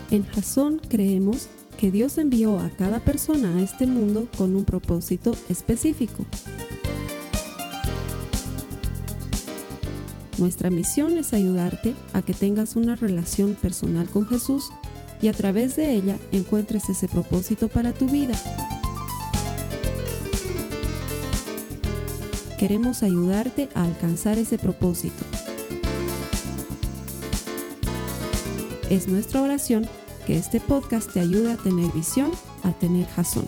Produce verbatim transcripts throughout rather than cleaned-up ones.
En Jasón creemos que Dios envió a cada persona a este mundo con un propósito específico. Nuestra misión es ayudarte a que tengas una relación personal con Jesús y a través de ella encuentres ese propósito para tu vida. Queremos ayudarte a alcanzar ese propósito. Es nuestra oración que este podcast te ayude a tener visión, a tener Jasón.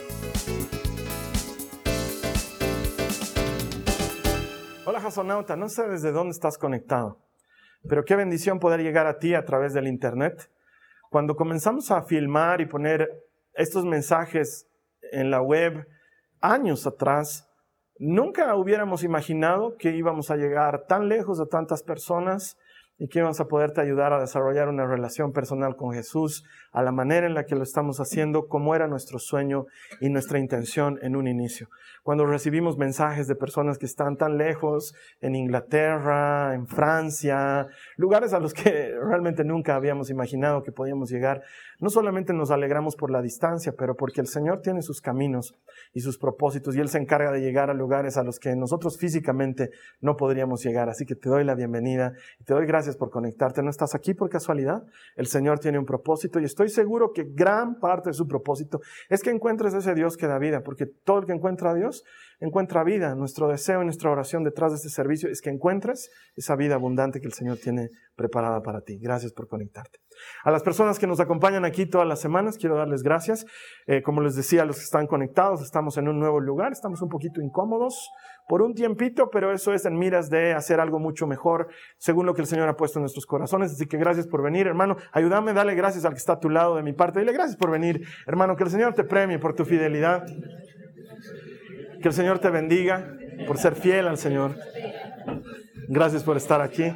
Hola Jasonauta, no sé desde dónde estás conectado, pero qué bendición poder llegar a ti a través del internet. Cuando comenzamos a filmar y poner estos mensajes en la web años atrás, nunca hubiéramos imaginado que íbamos a llegar tan lejos a tantas personas y que íbamos a poderte ayudar a desarrollar una relación personal con Jesús a la manera en la que lo estamos haciendo, como era nuestro sueño y nuestra intención en un inicio. Cuando recibimos mensajes de personas que están tan lejos, en Inglaterra, en Francia, lugares a los que realmente nunca habíamos imaginado que podíamos llegar, no solamente nos alegramos por la distancia, pero porque el Señor tiene sus caminos y sus propósitos y Él se encarga de llegar a lugares a los que nosotros físicamente no podríamos llegar. Así que te doy la bienvenida y te doy gracias por conectarte. No estás aquí por casualidad. El Señor tiene un propósito y estoy seguro que gran parte de su propósito es que encuentres ese Dios que da vida, porque todo el que encuentra a Dios encuentra vida. Nuestro deseo y nuestra oración detrás de este servicio es que encuentres esa vida abundante que el Señor tiene preparada para ti. Gracias por conectarte. A las personas que nos acompañan aquí todas las semanas, quiero darles gracias. Eh, como les decía, a los que están conectados, estamos en un nuevo lugar, estamos un poquito incómodos por un tiempito, pero eso es en miras de hacer algo mucho mejor, según lo que el Señor ha puesto en nuestros corazones. Así que gracias por venir, hermano. Ayúdame, dale gracias al que está a tu lado de mi parte. Dile gracias por venir, hermano. Que el Señor te premie por tu fidelidad. Que el Señor te bendiga por ser fiel al Señor. Gracias por estar aquí.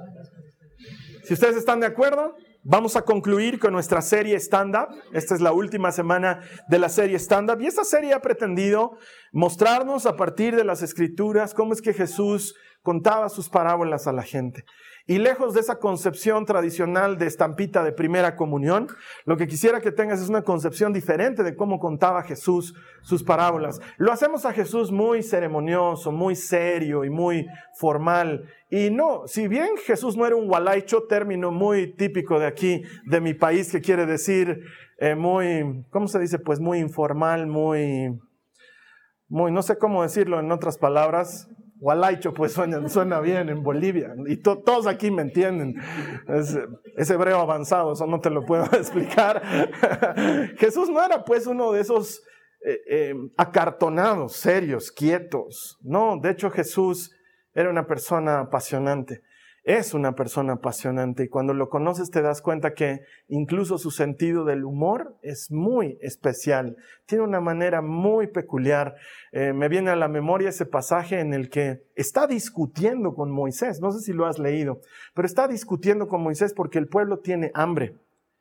Si ustedes están de acuerdo, vamos a concluir con nuestra serie stand-up. Esta es la última semana de la serie stand-up. Y esta serie ha pretendido mostrarnos a partir de las Escrituras cómo es que Jesús contaba sus parábolas a la gente. Y lejos de esa concepción tradicional de estampita de primera comunión, lo que quisiera que tengas es una concepción diferente de cómo contaba Jesús sus parábolas. Lo hacemos a Jesús muy ceremonioso, muy serio y muy formal. Y no, si bien Jesús no era un gualaicho, término muy típico de aquí, de mi país, que quiere decir eh, muy, ¿cómo se dice? Pues muy informal, muy, muy, no sé cómo decirlo en otras palabras. Gualaicho, pues suena, suena bien en Bolivia. Y to, todos aquí me entienden. Es, es hebreo avanzado, eso no te lo puedo explicar. Jesús no era pues uno de esos eh, eh, acartonados, serios, quietos. No, de hecho Jesús era una persona apasionante. Es una persona apasionante y cuando lo conoces te das cuenta que incluso su sentido del humor es muy especial. Tiene una manera muy peculiar. Eh, me viene a la memoria ese pasaje en el que está discutiendo con Moisés. No sé si lo has leído, pero está discutiendo con Moisés porque el pueblo tiene hambre.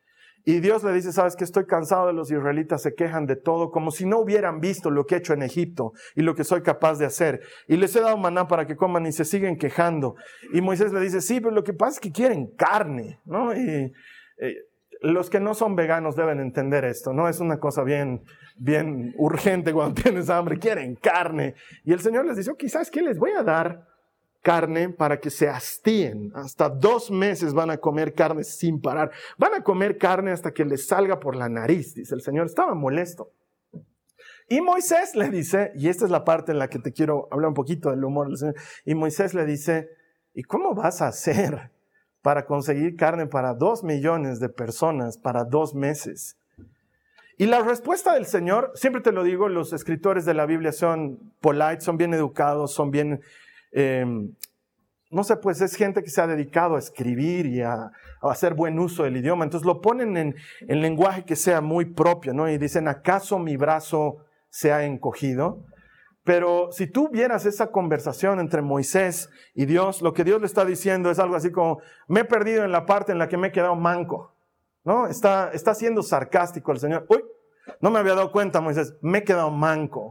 Y Dios le dice, ¿sabes qué? Estoy cansado de los israelitas, se quejan de todo, como si no hubieran visto lo que he hecho en Egipto y lo que soy capaz de hacer. Y les he dado maná para que coman y se siguen quejando. Y Moisés le dice, sí, pero lo que pasa es que quieren carne, ¿no? Y eh, los que no son veganos deben entender esto, ¿no? Es una cosa bien, bien urgente cuando tienes hambre, quieren carne. Y el Señor les dice, oh, ¿sabes qué? Les voy a dar carne para que se hastíen. Hasta dos meses van a comer carne sin parar. Van a comer carne hasta que les salga por la nariz, dice el Señor. Estaba molesto. Y Moisés le dice, y esta es la parte en la que te quiero hablar un poquito del humor del Señor. Y Moisés le dice, ¿y cómo vas a hacer para conseguir carne para dos millones de personas para dos meses? Y la respuesta del Señor, siempre te lo digo, los escritores de la Biblia son polite, son bien educados, son bien... Eh, no sé, pues es gente que se ha dedicado a escribir y a, a hacer buen uso del idioma. Entonces lo ponen en, en lenguaje que sea muy propio, ¿no? Y dicen, ¿acaso mi brazo se ha encogido? Pero si tú vieras esa conversación entre Moisés y Dios, lo que Dios le está diciendo es algo así como, me he perdido en la parte en la que me he quedado manco, ¿no? Está, está siendo sarcástico el Señor. Uy, no me había dado cuenta, Moisés, me he quedado manco.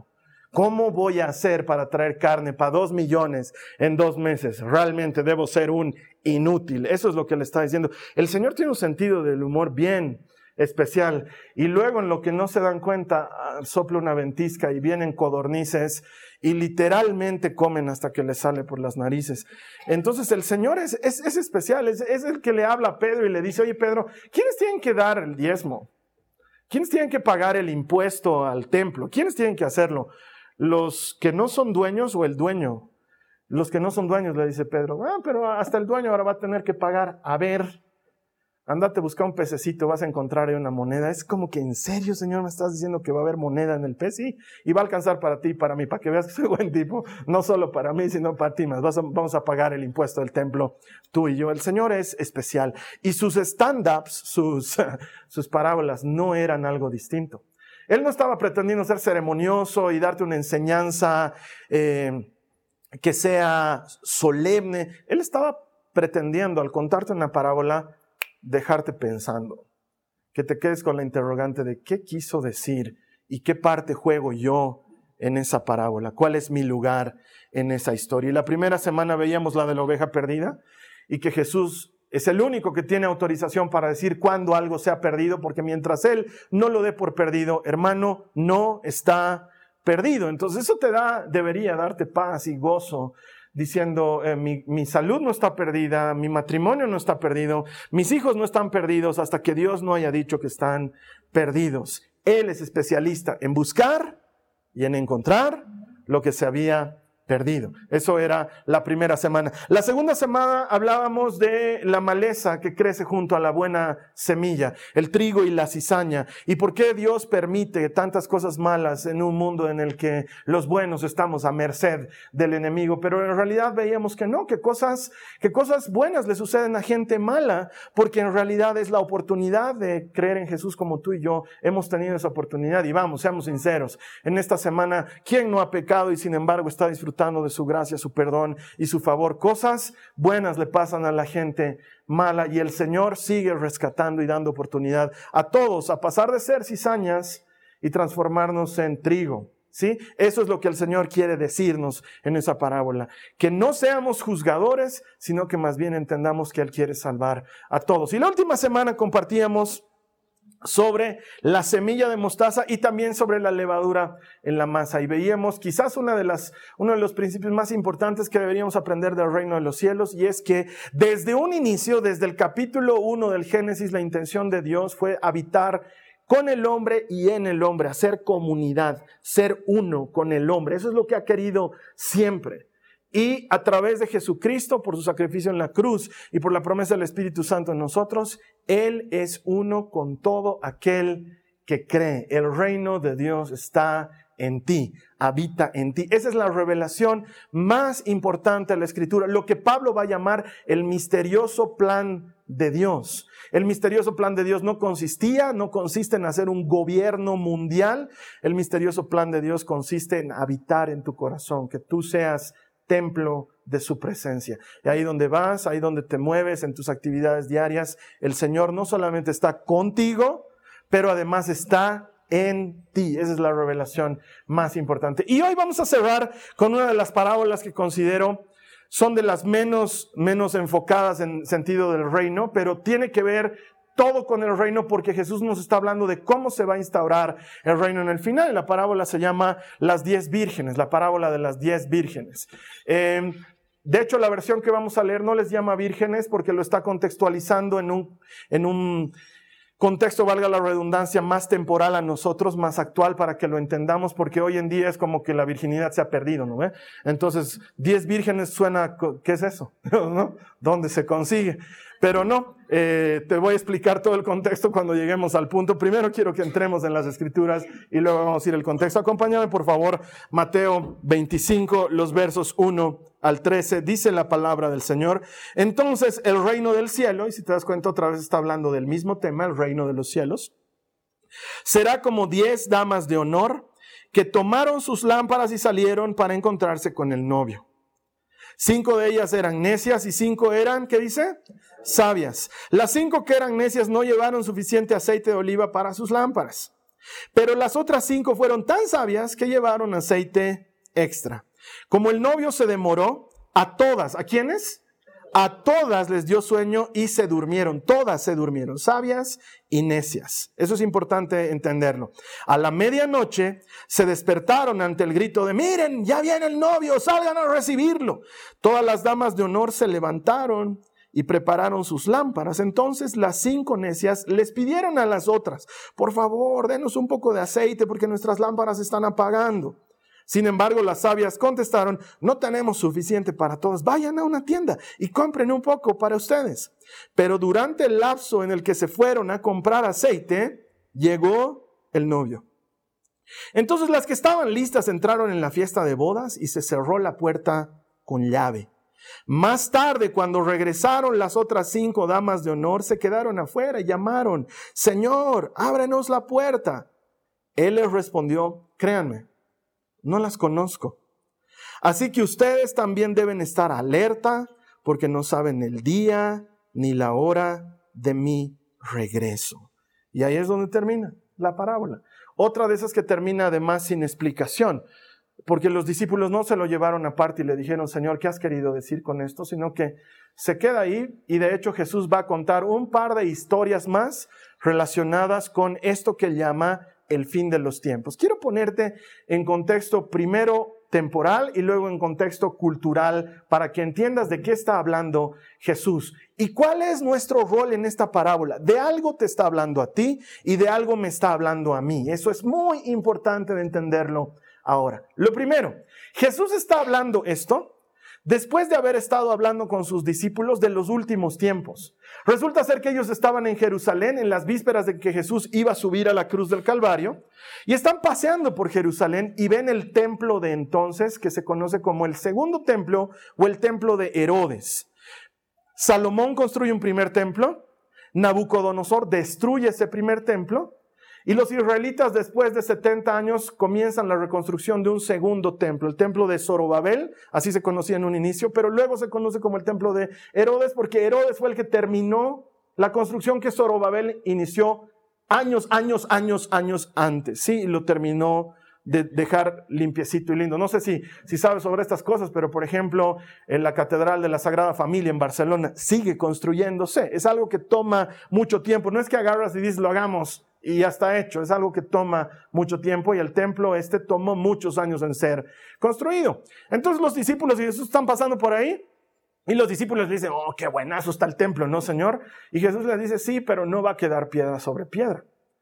¿Cómo voy a hacer para traer carne para dos millones en dos meses? Realmente debo ser un inútil. Eso es lo que le está diciendo. El Señor tiene un sentido del humor bien especial. Y luego, en lo que no se dan cuenta, sopla una ventisca y vienen codornices y literalmente comen hasta que les sale por las narices. Entonces el Señor es, es, es especial, es, es el que le habla a Pedro y le dice: oye, Pedro, ¿quiénes tienen que dar el diezmo? ¿Quiénes tienen que pagar el impuesto al templo? ¿Quiénes tienen que hacerlo? ¿Los que no son dueños o el dueño? Los que no son dueños, le dice Pedro. Ah, pero hasta el dueño ahora va a tener que pagar. A ver, ándate a buscar un pececito, vas a encontrar ahí una moneda. Es como que, ¿en serio, Señor, me estás diciendo que va a haber moneda en el pez? Sí, y va a alcanzar para ti y para mí, para que veas que soy buen tipo. No solo para mí, sino para ti más. Vas a, vamos a pagar el impuesto del templo, tú y yo. El Señor es especial. Y sus stand-ups, sus, sus parábolas, no eran algo distinto. Él no estaba pretendiendo ser ceremonioso y darte una enseñanza eh, que sea solemne. Él estaba pretendiendo, al contarte una parábola, dejarte pensando, que te quedes con la interrogante de qué quiso decir y qué parte juego yo en esa parábola, cuál es mi lugar en esa historia. Y la primera semana veíamos la de la oveja perdida y que Jesús es el único que tiene autorización para decir cuándo algo se ha perdido, porque mientras Él no lo dé por perdido, hermano, no está perdido. Entonces eso te da, debería darte paz y gozo, diciendo, eh, mi, mi salud no está perdida, mi matrimonio no está perdido, mis hijos no están perdidos hasta que Dios no haya dicho que están perdidos. Él es especialista en buscar y en encontrar lo que se había perdido. Eso era la primera semana. La segunda semana hablábamos de la maleza que crece junto a la buena semilla, el trigo y la cizaña, y por qué Dios permite tantas cosas malas en un mundo en el que los buenos estamos a merced del enemigo. Pero en realidad veíamos que no, que cosas, que cosas buenas le suceden a gente mala, porque en realidad es la oportunidad de creer en Jesús, como tú y yo hemos tenido esa oportunidad. Y vamos, seamos sinceros, en esta semana, ¿quién no ha pecado y sin embargo está disfrutando de su gracia, su perdón y su favor? Cosas buenas le pasan a la gente mala y el Señor sigue rescatando y dando oportunidad a todos a pasar de ser cizañas y transformarnos en trigo. ¿Sí? Eso es lo que el Señor quiere decirnos en esa parábola, que no seamos juzgadores, sino que más bien entendamos que Él quiere salvar a todos. Y la última semana compartíamos sobre la semilla de mostaza y también sobre la levadura en la masa. Y veíamos quizás una de las, uno de los principios más importantes que deberíamos aprender del reino de los cielos, y es que desde un inicio, desde el capítulo uno del Génesis, la intención de Dios fue habitar con el hombre y en el hombre, hacer comunidad, ser uno con el hombre. Eso es lo que ha querido siempre. Y a través de Jesucristo, por su sacrificio en la cruz y por la promesa del Espíritu Santo en nosotros, Él es uno con todo aquel que cree. El reino de Dios está en ti, habita en ti. Esa es la revelación más importante de la Escritura, lo que Pablo va a llamar el misterioso plan de Dios. El misterioso plan de Dios no consistía, no consiste en hacer un gobierno mundial. El misterioso plan de Dios consiste en habitar en tu corazón, que tú seas templo de su presencia. Y ahí donde vas, ahí donde te mueves en tus actividades diarias, el Señor no solamente está contigo, pero además está en ti. Esa es la revelación más importante. Y hoy vamos a cerrar con una de las parábolas que considero son de las menos, menos enfocadas en sentido del reino, pero tiene que ver todo con el reino, porque Jesús nos está hablando de cómo se va a instaurar el reino en el final. La parábola se llama las diez vírgenes, la parábola de las diez vírgenes. Eh, de hecho, la versión que vamos a leer no les llama vírgenes porque lo está contextualizando en un, en un contexto, valga la redundancia, más temporal a nosotros, más actual para que lo entendamos, porque hoy en día es como que la virginidad se ha perdido, ¿no ve? Entonces, diez vírgenes suena, ¿qué es eso? ¿No? ¿Dónde se consigue? Pero no, eh, te voy a explicar todo el contexto cuando lleguemos al punto. Primero quiero que entremos en las Escrituras y luego vamos a ir al contexto. Acompáñame, por favor, Mateo veinticinco, los versos uno al trece, dice la palabra del Señor. Entonces, el reino del cielo, y si te das cuenta otra vez está hablando del mismo tema, el reino de los cielos, será como diez damas de honor que tomaron sus lámparas y salieron para encontrarse con el novio. Cinco de ellas eran necias y cinco eran, ¿qué dice? Sabias. Las cinco que eran necias no llevaron suficiente aceite de oliva para sus lámparas. Pero las otras cinco fueron tan sabias que llevaron aceite extra. Como el novio se demoró, a todas, ¿a quiénes? A todas les dio sueño y se durmieron. Todas se durmieron, sabias y necias. Eso es importante entenderlo. A la medianoche se despertaron ante el grito de: miren, ya viene el novio, salgan a recibirlo. Todas las damas de honor se levantaron y prepararon sus lámparas. Entonces las cinco necias les pidieron a las otras: por favor, denos un poco de aceite porque nuestras lámparas están apagando. Sin embargo, las sabias contestaron: no tenemos suficiente para todos. Vayan a una tienda y compren un poco para ustedes. Pero durante el lapso en el que se fueron a comprar aceite, llegó el novio. Entonces las que estaban listas entraron en la fiesta de bodas y se cerró la puerta con llave. Más tarde, cuando regresaron las otras cinco damas de honor, se quedaron afuera y llamaron: Señor, ábrenos la puerta. Él les respondió: créanme, no las conozco. Así que ustedes también deben estar alerta, porque no saben el día ni la hora de mi regreso. Y ahí es donde termina la parábola. Otra de esas que termina además sin explicación, porque los discípulos no se lo llevaron aparte y le dijeron: Señor, ¿qué has querido decir con esto? Sino que se queda ahí, y de hecho Jesús va a contar un par de historias más relacionadas con esto que llama el fin de los tiempos. Quiero ponerte en contexto primero temporal y luego en contexto cultural para que entiendas de qué está hablando Jesús y cuál es nuestro rol en esta parábola. De algo te está hablando a ti y de algo me está hablando a mí. Eso es muy importante de entenderlo ahora. Lo primero, Jesús está hablando esto después de haber estado hablando con sus discípulos de los últimos tiempos. Resulta ser que ellos estaban en Jerusalén en las vísperas de que Jesús iba a subir a la cruz del Calvario, y están paseando por Jerusalén y ven el templo de entonces, que se conoce como el segundo templo o el templo de Herodes. Salomón construye un primer templo, Nabucodonosor destruye ese primer templo, y los israelitas después de setenta años comienzan la reconstrucción de un segundo templo, el templo de Zorobabel, así se conocía en un inicio, pero luego se conoce como el templo de Herodes, porque Herodes fue el que terminó la construcción que Zorobabel inició años, años, años, años antes, sí, y lo terminó de dejar limpiecito y lindo. No sé si, si sabes sobre estas cosas, pero por ejemplo, en la Catedral de la Sagrada Familia en Barcelona sigue construyéndose. Es algo que toma mucho tiempo. No es que agarras y dices, lo hagamos y ya está hecho. Es algo que toma mucho tiempo, y el templo este tomó muchos años en ser construido. Entonces los discípulos y Jesús están pasando por ahí, y los discípulos le dicen: oh, qué buenazo está el templo, ¿no, Señor? Y Jesús les dice: sí, pero no va a quedar piedra sobre piedra.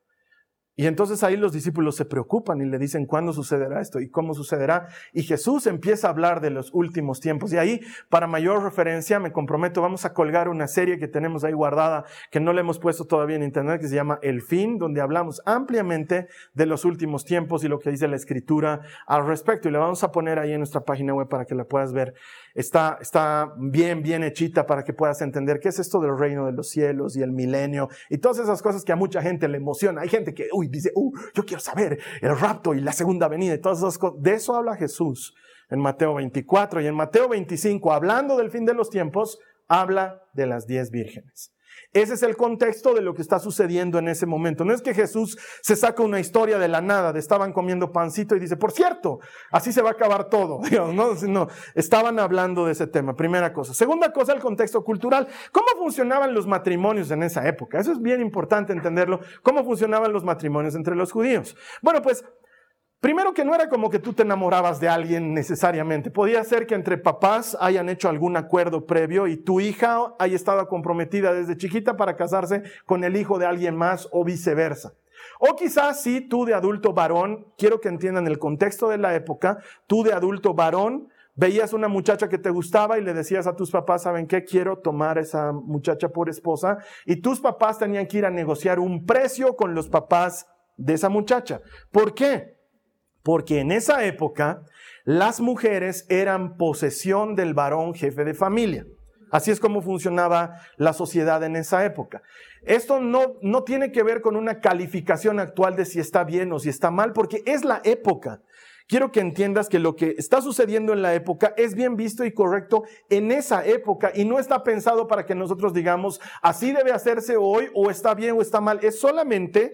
Y entonces ahí los discípulos se preocupan y le dicen: ¿cuándo sucederá esto? ¿Y cómo sucederá? Y Jesús empieza a hablar de los últimos tiempos. Y ahí, para mayor referencia, me comprometo, vamos a colgar una serie que tenemos ahí guardada, que no le hemos puesto todavía en internet, que se llama El Fin, donde hablamos ampliamente de los últimos tiempos y lo que dice la Escritura al respecto. Y la vamos a poner ahí en nuestra página web para que la puedas ver. Está, está bien, bien hechita para que puedas entender qué es esto del reino de los cielos y el milenio y todas esas cosas que a mucha gente le emociona. Hay gente que, uy, dice, uh, yo quiero saber el rapto y la segunda venida y todas esas cosas. De eso habla Jesús en Mateo veinticuatro, y en Mateo veinticinco, hablando del fin de los tiempos, habla de las diez vírgenes. Ese es el contexto de lo que está sucediendo en ese momento. No es que Jesús se saca una historia de la nada, de estaban comiendo pancito y dice, por cierto, así se va a acabar todo. Dios, no, no, estaban hablando de ese tema, primera cosa. Segunda cosa, el contexto cultural. ¿Cómo funcionaban los matrimonios en esa época? Eso es bien importante entenderlo. ¿Cómo funcionaban los matrimonios entre los judíos? Bueno, pues, primero que no era como que tú te enamorabas de alguien necesariamente. Podía ser que entre papás hayan hecho algún acuerdo previo y tu hija haya estado comprometida desde chiquita para casarse con el hijo de alguien más o viceversa. O quizás sí, tú de adulto varón, quiero que entiendan el contexto de la época, tú de adulto varón veías una muchacha que te gustaba y le decías a tus papás, ¿saben qué? Quiero tomar a esa muchacha por esposa. Y tus papás tenían que ir a negociar un precio con los papás de esa muchacha. ¿Por qué? Porque en esa época las mujeres eran posesión del varón jefe de familia. Así es como funcionaba la sociedad en esa época. Esto no, no tiene que ver con una calificación actual de si está bien o si está mal, porque es la época. Quiero que entiendas que lo que está sucediendo en la época es bien visto y correcto en esa época y no está pensado para que nosotros digamos así debe hacerse hoy o está bien o está mal. Es solamente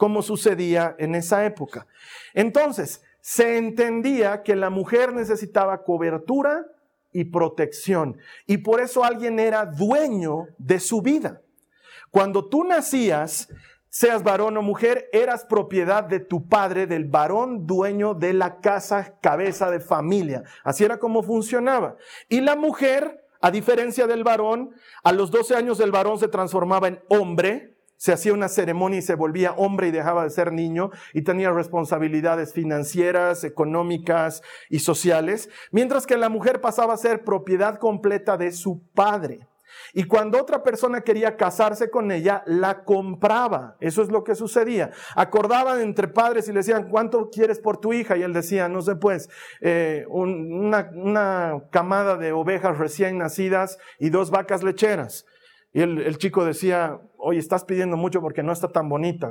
como sucedía en esa época. Entonces, se entendía que la mujer necesitaba cobertura y protección, y por eso alguien era dueño de su vida. Cuando tú nacías, seas varón o mujer, eras propiedad de tu padre, del varón dueño de la casa, cabeza de familia. Así era como funcionaba. Y la mujer, a diferencia del varón, a los doce años el varón se transformaba en hombre, se hacía una ceremonia y se volvía hombre y dejaba de ser niño y tenía responsabilidades financieras, económicas y sociales, mientras que la mujer pasaba a ser propiedad completa de su padre. Y cuando otra persona quería casarse con ella, la compraba. Eso es lo que sucedía. Acordaban entre padres y le decían, ¿cuánto quieres por tu hija? Y él decía, no sé, pues, eh, un, una, una camada de ovejas recién nacidas y dos vacas lecheras. Y el, el chico decía, oye, estás pidiendo mucho porque no está tan bonita.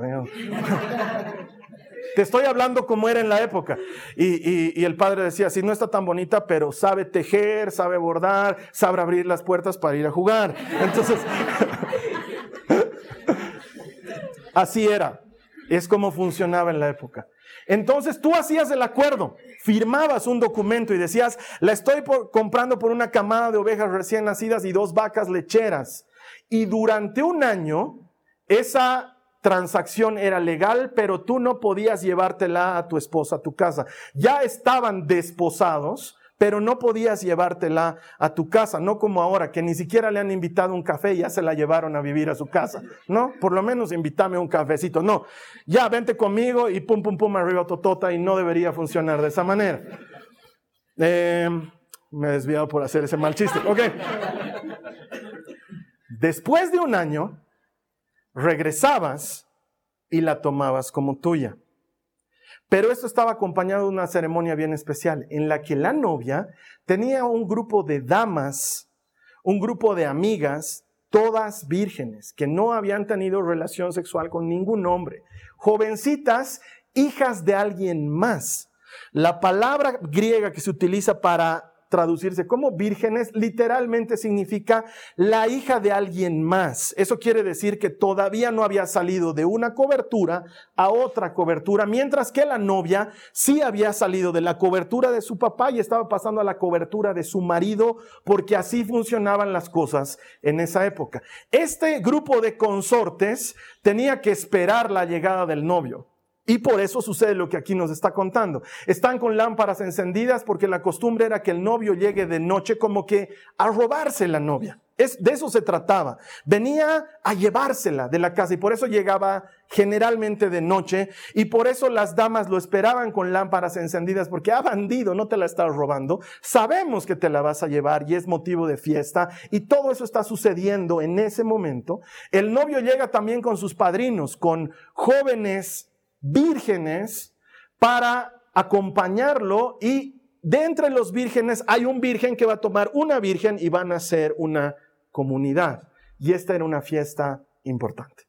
Te estoy hablando como era en la época. Y, y, y el padre decía, sí, no está tan bonita, pero sabe tejer, sabe bordar, sabe abrir las puertas para ir a jugar. Entonces, así era. Es como funcionaba en la época. Entonces tú hacías el acuerdo, firmabas un documento y decías, la estoy por, comprando por una camada de ovejas recién nacidas y dos vacas lecheras. Y durante un año, esa transacción era legal, pero tú no podías llevártela a tu esposa a tu casa. Ya estaban desposados, pero no podías llevártela a tu casa, no como ahora, que ni siquiera le han invitado un café y ya se la llevaron a vivir a su casa, ¿no? Por lo menos invítame un cafecito. No, ya vente conmigo y pum, pum, pum, arriba totota, y no debería funcionar de esa manera. Eh, me he desviado por hacer ese mal chiste. Ok. Después de un año, regresabas y la tomabas como tuya. Pero esto estaba acompañado de una ceremonia bien especial en la que la novia tenía un grupo de damas, un grupo de amigas, todas vírgenes, que no habían tenido relación sexual con ningún hombre, jovencitas, hijas de alguien más. La palabra griega que se utiliza para traducirse como vírgenes literalmente significa la hija de alguien más. Eso quiere decir que todavía no había salido de una cobertura a otra cobertura, mientras que la novia sí había salido de la cobertura de su papá y estaba pasando a la cobertura de su marido, porque así funcionaban las cosas en esa época. Este grupo de consortes tenía que esperar la llegada del novio. Y por eso sucede lo que aquí nos está contando. Están con lámparas encendidas porque la costumbre era que el novio llegue de noche como que a robarse la novia. Es, de eso se trataba. Venía a llevársela de la casa y por eso llegaba generalmente de noche y por eso las damas lo esperaban con lámparas encendidas porque, ah, bandido, no te la estás robando. Sabemos que te la vas a llevar y es motivo de fiesta y todo eso está sucediendo en ese momento. El novio llega también con sus padrinos, con jóvenes vírgenes para acompañarlo, y de entre los vírgenes hay un virgen que va a tomar una virgen y van a ser una comunidad. Y esta era una fiesta importante.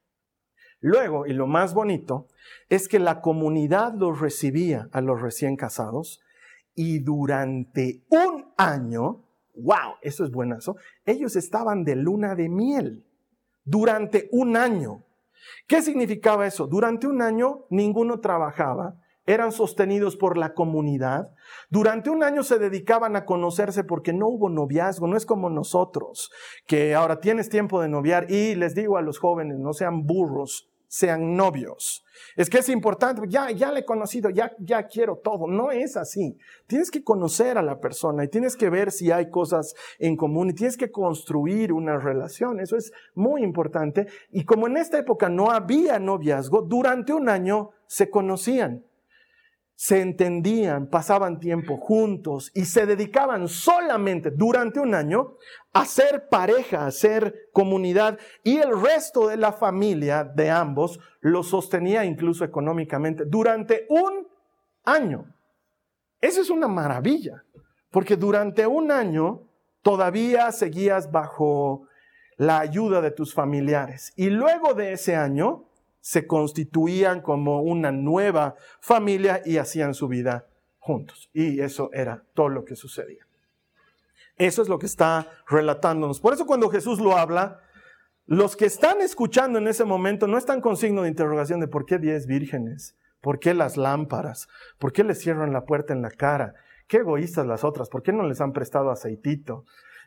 Luego, y lo más bonito, es que la comunidad los recibía a los recién casados y durante un año, wow, eso es buenazo, ellos estaban de luna de miel durante un año. ¿Qué significaba eso? Durante un año ninguno trabajaba, eran sostenidos por la comunidad. Durante un año se dedicaban a conocerse porque no hubo noviazgo, no es como nosotros, que ahora tienes tiempo de noviar y les digo a los jóvenes, no sean burros, sean novios. Es que es importante, ya, ya le he conocido, ya, ya quiero todo. No es así. Tienes que conocer a la persona y tienes que ver si hay cosas en común y tienes que construir una relación. Eso es muy importante. Y como en esta época no había noviazgo, durante un año se conocían, se entendían, pasaban tiempo juntos y se dedicaban solamente durante un año a ser pareja, a ser comunidad, y el resto de la familia de ambos lo sostenía incluso económicamente durante un año. Eso es una maravilla, porque durante un año todavía seguías bajo la ayuda de tus familiares y luego de ese año se constituían como una nueva familia y hacían su vida juntos. Y eso era todo lo que sucedía. Eso es lo que está relatándonos. Por eso cuando Jesús lo habla, los que están escuchando en ese momento no están con signo de interrogación de por qué diez vírgenes, por qué las lámparas, por qué les cierran la puerta en la cara, qué egoístas las otras, por qué no les han prestado aceitito.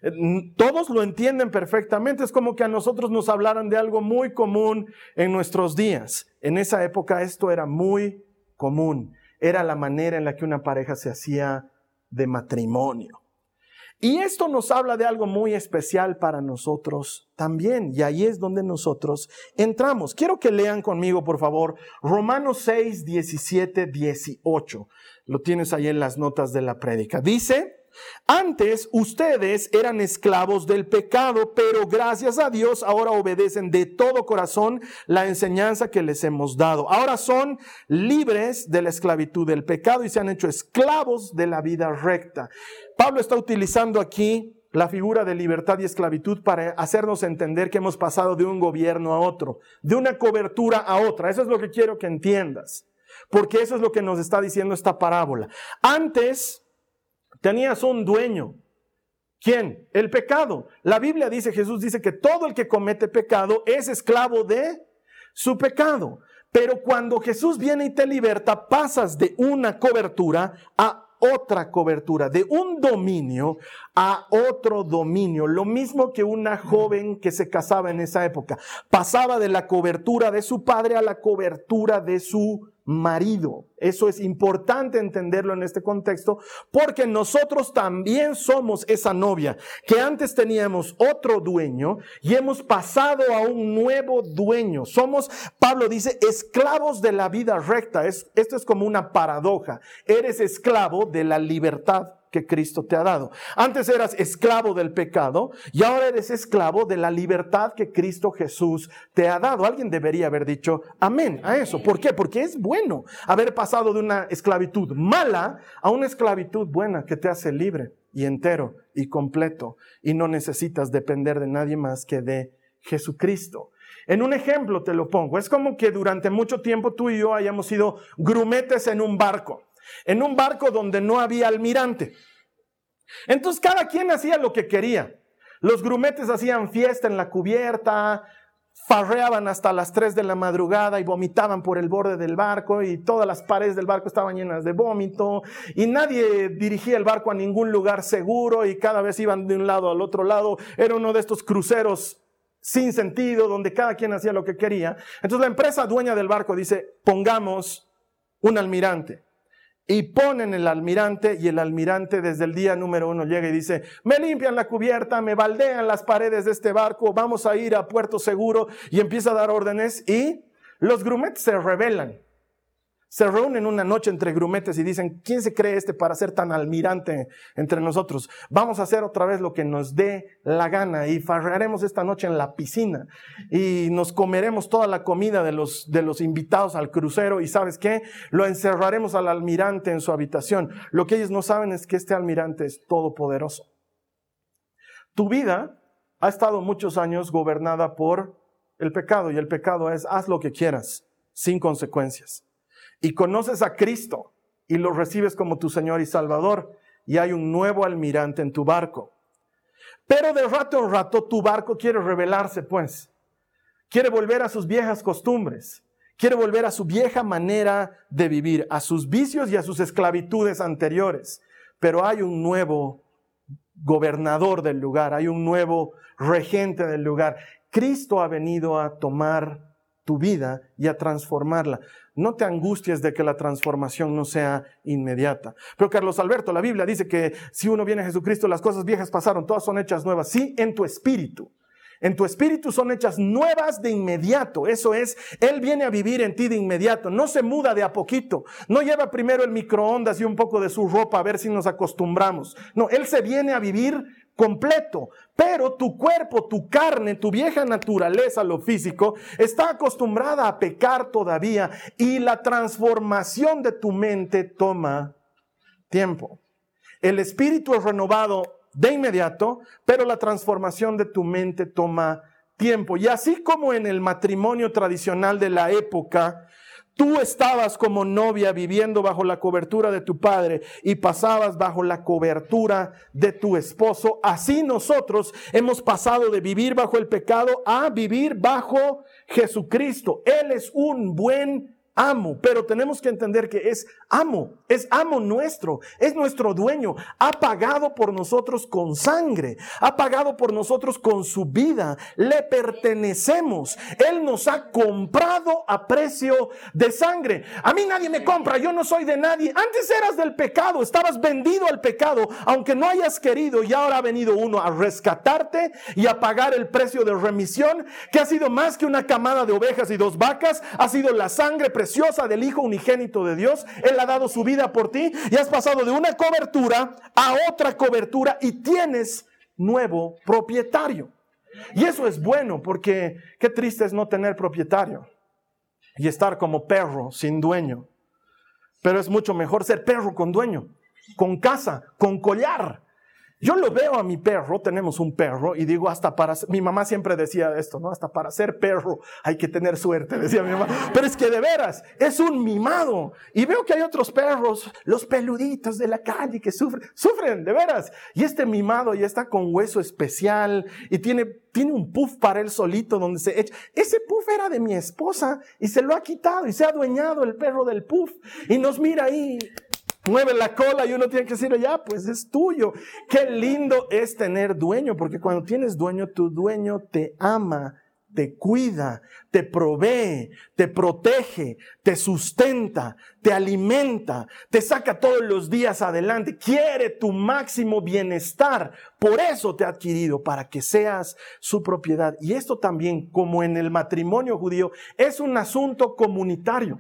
Todos lo entienden perfectamente, es como que a nosotros nos hablaran de algo muy común en nuestros días. En esa época esto era muy común, era la manera en la que una pareja se hacía de matrimonio. Y esto nos habla de algo muy especial para nosotros también, y ahí es donde nosotros entramos. Quiero que lean conmigo, por favor, Romanos seis, diecisiete, dieciocho. Lo tienes ahí en las notas de la prédica. Dice: antes ustedes eran esclavos del pecado, pero gracias a Dios ahora obedecen de todo corazón la enseñanza que les hemos dado. Ahora son libres de la esclavitud del pecado y se han hecho esclavos de la vida recta. Pablo está utilizando aquí la figura de libertad y esclavitud para hacernos entender que hemos pasado de un gobierno a otro, de una cobertura a otra. Eso es lo que quiero que entiendas, porque eso es lo que nos está diciendo esta parábola. Antes tenías un dueño. ¿Quién? El pecado. La Biblia dice, Jesús dice que todo el que comete pecado es esclavo de su pecado. Pero cuando Jesús viene y te liberta, pasas de una cobertura a otra cobertura, de un dominio a otro dominio. Lo mismo que una joven que se casaba en esa época. Pasaba de la cobertura de su padre a la cobertura de su marido. Eso es importante entenderlo en este contexto, porque nosotros también somos esa novia que antes teníamos otro dueño y hemos pasado a un nuevo dueño. Somos, Pablo dice, esclavos de la vida recta. Es, esto es como una paradoja. Eres esclavo de la libertad que Cristo te ha dado. Antes eras esclavo del pecado y ahora eres esclavo de la libertad que Cristo Jesús te ha dado. Alguien debería haber dicho amén a eso. ¿Por qué? Porque es bueno haber pasado de una esclavitud mala a una esclavitud buena que te hace libre y entero y completo, y no necesitas depender de nadie más que de Jesucristo. En un ejemplo te lo pongo. Es como que durante mucho tiempo tú y yo hayamos sido grumetes en un barco. En un barco donde no había almirante. Entonces cada quien hacía lo que quería. Los grumetes hacían fiesta en la cubierta, farreaban hasta las tres de la madrugada y vomitaban por el borde del barco, y todas las paredes del barco estaban llenas de vómito, y nadie dirigía el barco a ningún lugar seguro, y cada vez iban de un lado al otro lado. Era uno de estos cruceros sin sentido donde cada quien hacía lo que quería. Entonces la empresa dueña del barco dice: pongamos un almirante. Y ponen el almirante, y el almirante desde el día número uno llega y dice: me limpian la cubierta, me baldean las paredes de este barco, vamos a ir a puerto seguro, y empieza a dar órdenes. Y los grumetes se rebelan. Se reúnen una noche entre grumetes y dicen: ¿quién se cree este para ser tan almirante entre nosotros? Vamos a hacer otra vez lo que nos dé la gana y farrearemos esta noche en la piscina y nos comeremos toda la comida de los, de los invitados al crucero, y ¿sabes qué? Lo encerraremos al almirante en su habitación. Lo que ellos no saben es que este almirante es todopoderoso. Tu vida ha estado muchos años gobernada por el pecado, y el pecado es: haz lo que quieras sin consecuencias. Y conoces a Cristo y lo recibes como tu Señor y Salvador, y hay un nuevo almirante en tu barco. Pero de rato en rato tu barco quiere rebelarse, pues. Quiere volver a sus viejas costumbres. Quiere volver a su vieja manera de vivir, a sus vicios y a sus esclavitudes anteriores. Pero hay un nuevo gobernador del lugar, hay un nuevo regente del lugar. Cristo ha venido a tomar tu vida y a transformarla. No te angusties de que la transformación no sea inmediata. Pero Carlos Alberto, la Biblia dice que si uno viene a Jesucristo, las cosas viejas pasaron, todas son hechas nuevas. Sí, en tu espíritu. En tu espíritu son hechas nuevas de inmediato. Eso es, Él viene a vivir en ti de inmediato. No se muda de a poquito. No lleva primero el microondas y un poco de su ropa a ver si nos acostumbramos. No, Él se viene a vivir completo. Pero tu cuerpo, tu carne, tu vieja naturaleza, lo físico, está acostumbrada a pecar todavía, y la transformación de tu mente toma tiempo. El espíritu es renovado de inmediato, pero la transformación de tu mente toma tiempo. Y así como en el matrimonio tradicional de la época, Tú estabas como novia viviendo bajo la cobertura de tu padre y pasabas bajo la cobertura de tu esposo. Así nosotros hemos pasado de vivir bajo el pecado a vivir bajo Jesucristo. Él es un buen amo, pero tenemos que entender que es amo, es amo nuestro, es nuestro dueño. Ha pagado por nosotros con sangre, ha pagado por nosotros con su vida. Le pertenecemos. Él nos ha comprado a precio de sangre. A mí nadie me compra, yo no soy de nadie. Antes eras del pecado, estabas vendido al pecado, aunque no hayas querido, y ahora ha venido uno a rescatarte y a pagar el precio de remisión, que ha sido más que una camada de ovejas y dos vacas. Ha sido la sangre preciosa del Hijo unigénito de Dios. Él ha dado su vida por ti y has pasado de una cobertura a otra cobertura y tienes nuevo propietario. Y eso es bueno, porque qué triste es no tener propietario y estar como perro sin dueño. Pero es mucho mejor ser perro con dueño, con casa, con collar. Yo lo veo a mi perro, tenemos un perro, y digo, hasta para, mi mamá siempre decía esto, ¿no? Hasta para ser perro hay que tener suerte, decía mi mamá. Pero es que de veras, es un mimado. Y veo que hay otros perros, los peluditos de la calle, que sufren, sufren, de veras. Y este mimado ya está con hueso especial, y tiene, tiene un puff para él solito donde se echa. Ese puff era de mi esposa, y se lo ha quitado, y se ha adueñado el perro del puff, y nos mira ahí, mueve la cola y uno tiene que decirle, ya, pues es tuyo. Qué lindo es tener dueño, porque cuando tienes dueño, tu dueño te ama, te cuida, te provee, te protege, te sustenta, te alimenta, te saca todos los días adelante, quiere tu máximo bienestar. Por eso te ha adquirido, para que seas su propiedad. Y esto también, como en el matrimonio judío, es un asunto comunitario.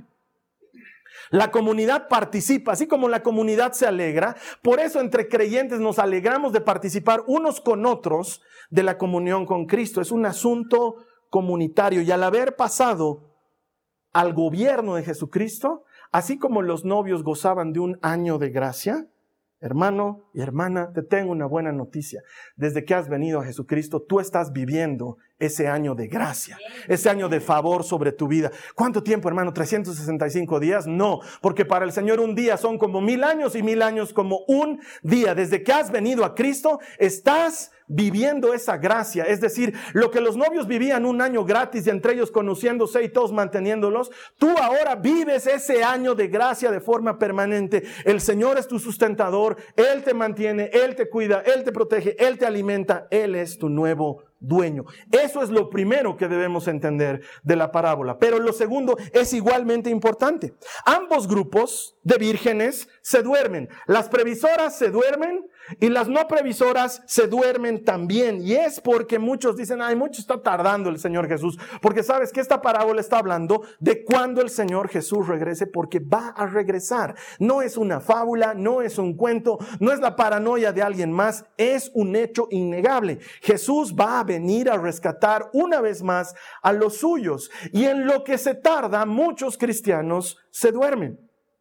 La comunidad participa, así como la comunidad se alegra. Por eso entre creyentes nos alegramos de participar unos con otros de la comunión con Cristo. Es un asunto comunitario. Y al haber pasado al gobierno de Jesucristo, así como los novios gozaban de un año de gracia, hermano y hermana, te tengo una buena noticia. Desde que has venido a Jesucristo, tú estás viviendo ese año de gracia, ese año de favor sobre tu vida. ¿Cuánto tiempo, hermano? ¿trescientos sesenta y cinco días? No, porque para el Señor un día son como mil años y mil años como un día. Desde que has venido a Cristo, estás viviendo esa gracia. Es decir, lo que los novios vivían un año gratis y entre ellos conociéndose y todos manteniéndolos, tú ahora vives ese año de gracia de forma permanente. El Señor es tu sustentador, Él te mantiene, Él te cuida, Él te protege, Él te alimenta, Él es tu nuevo dueño. Eso es lo primero que debemos entender de la parábola. Pero lo segundo es igualmente importante. Ambos grupos de vírgenes se duermen. Las previsoras se duermen y las no previsoras se duermen también. Y es porque muchos dicen, ay, mucho está tardando el Señor Jesús. Porque sabes que esta parábola está hablando de cuando el Señor Jesús regrese, porque va a regresar. No es una fábula, no es un cuento, no es la paranoia de alguien más, es un hecho innegable. Jesús va a venir a rescatar una vez más a los suyos. Y en lo que se tarda, muchos cristianos se duermen.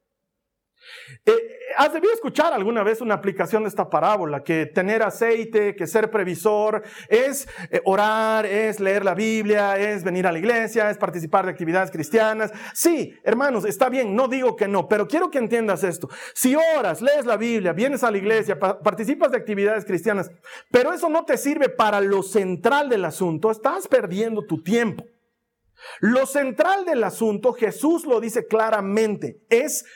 Eh, ¿Has debido escuchar alguna vez una aplicación de esta parábola? Que tener aceite, que ser previsor, es eh, orar, es leer la Biblia, es venir a la iglesia, es participar de actividades cristianas. Sí, hermanos, está bien, no digo que no, pero quiero que entiendas esto. Si oras, lees la Biblia, vienes a la iglesia, pa- participas de actividades cristianas, pero eso no te sirve para lo central del asunto, estás perdiendo tu tiempo. Lo central del asunto, Jesús lo dice claramente, es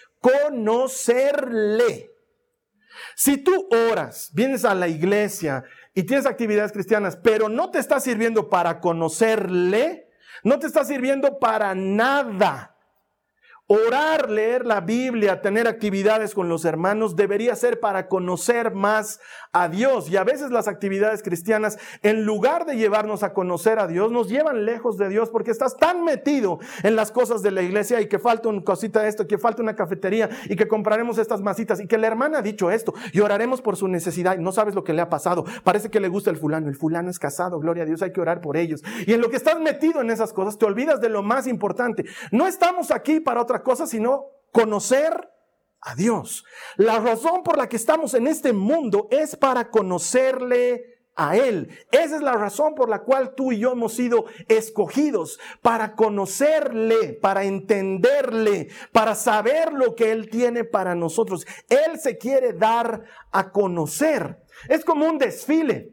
conocerle. Si tú oras, vienes a la iglesia y tienes actividades cristianas, pero no te está sirviendo para conocerle, no te está sirviendo para nada. Orar, leer la Biblia, tener actividades con los hermanos debería ser para conocer más a Dios. Y a veces las actividades cristianas, en lugar de llevarnos a conocer a Dios, nos llevan lejos de Dios, porque estás tan metido en las cosas de la iglesia y que falta una cosita de esto, que falta una cafetería y que compraremos estas masitas y que la hermana ha dicho esto y oraremos por su necesidad y no sabes lo que le ha pasado. Parece que le gusta el fulano, el fulano es casado, gloria a Dios, hay que orar por ellos. Y en lo que estás metido en esas cosas, te olvidas de lo más importante. No estamos aquí para otra cosa, sino conocer a Dios. La razón por la que estamos en este mundo es para conocerle a Él. Esa es la razón por la cual tú y yo hemos sido escogidos, para conocerle, para entenderle, para saber lo que Él tiene para nosotros. Él se quiere dar a conocer. Es como un desfile.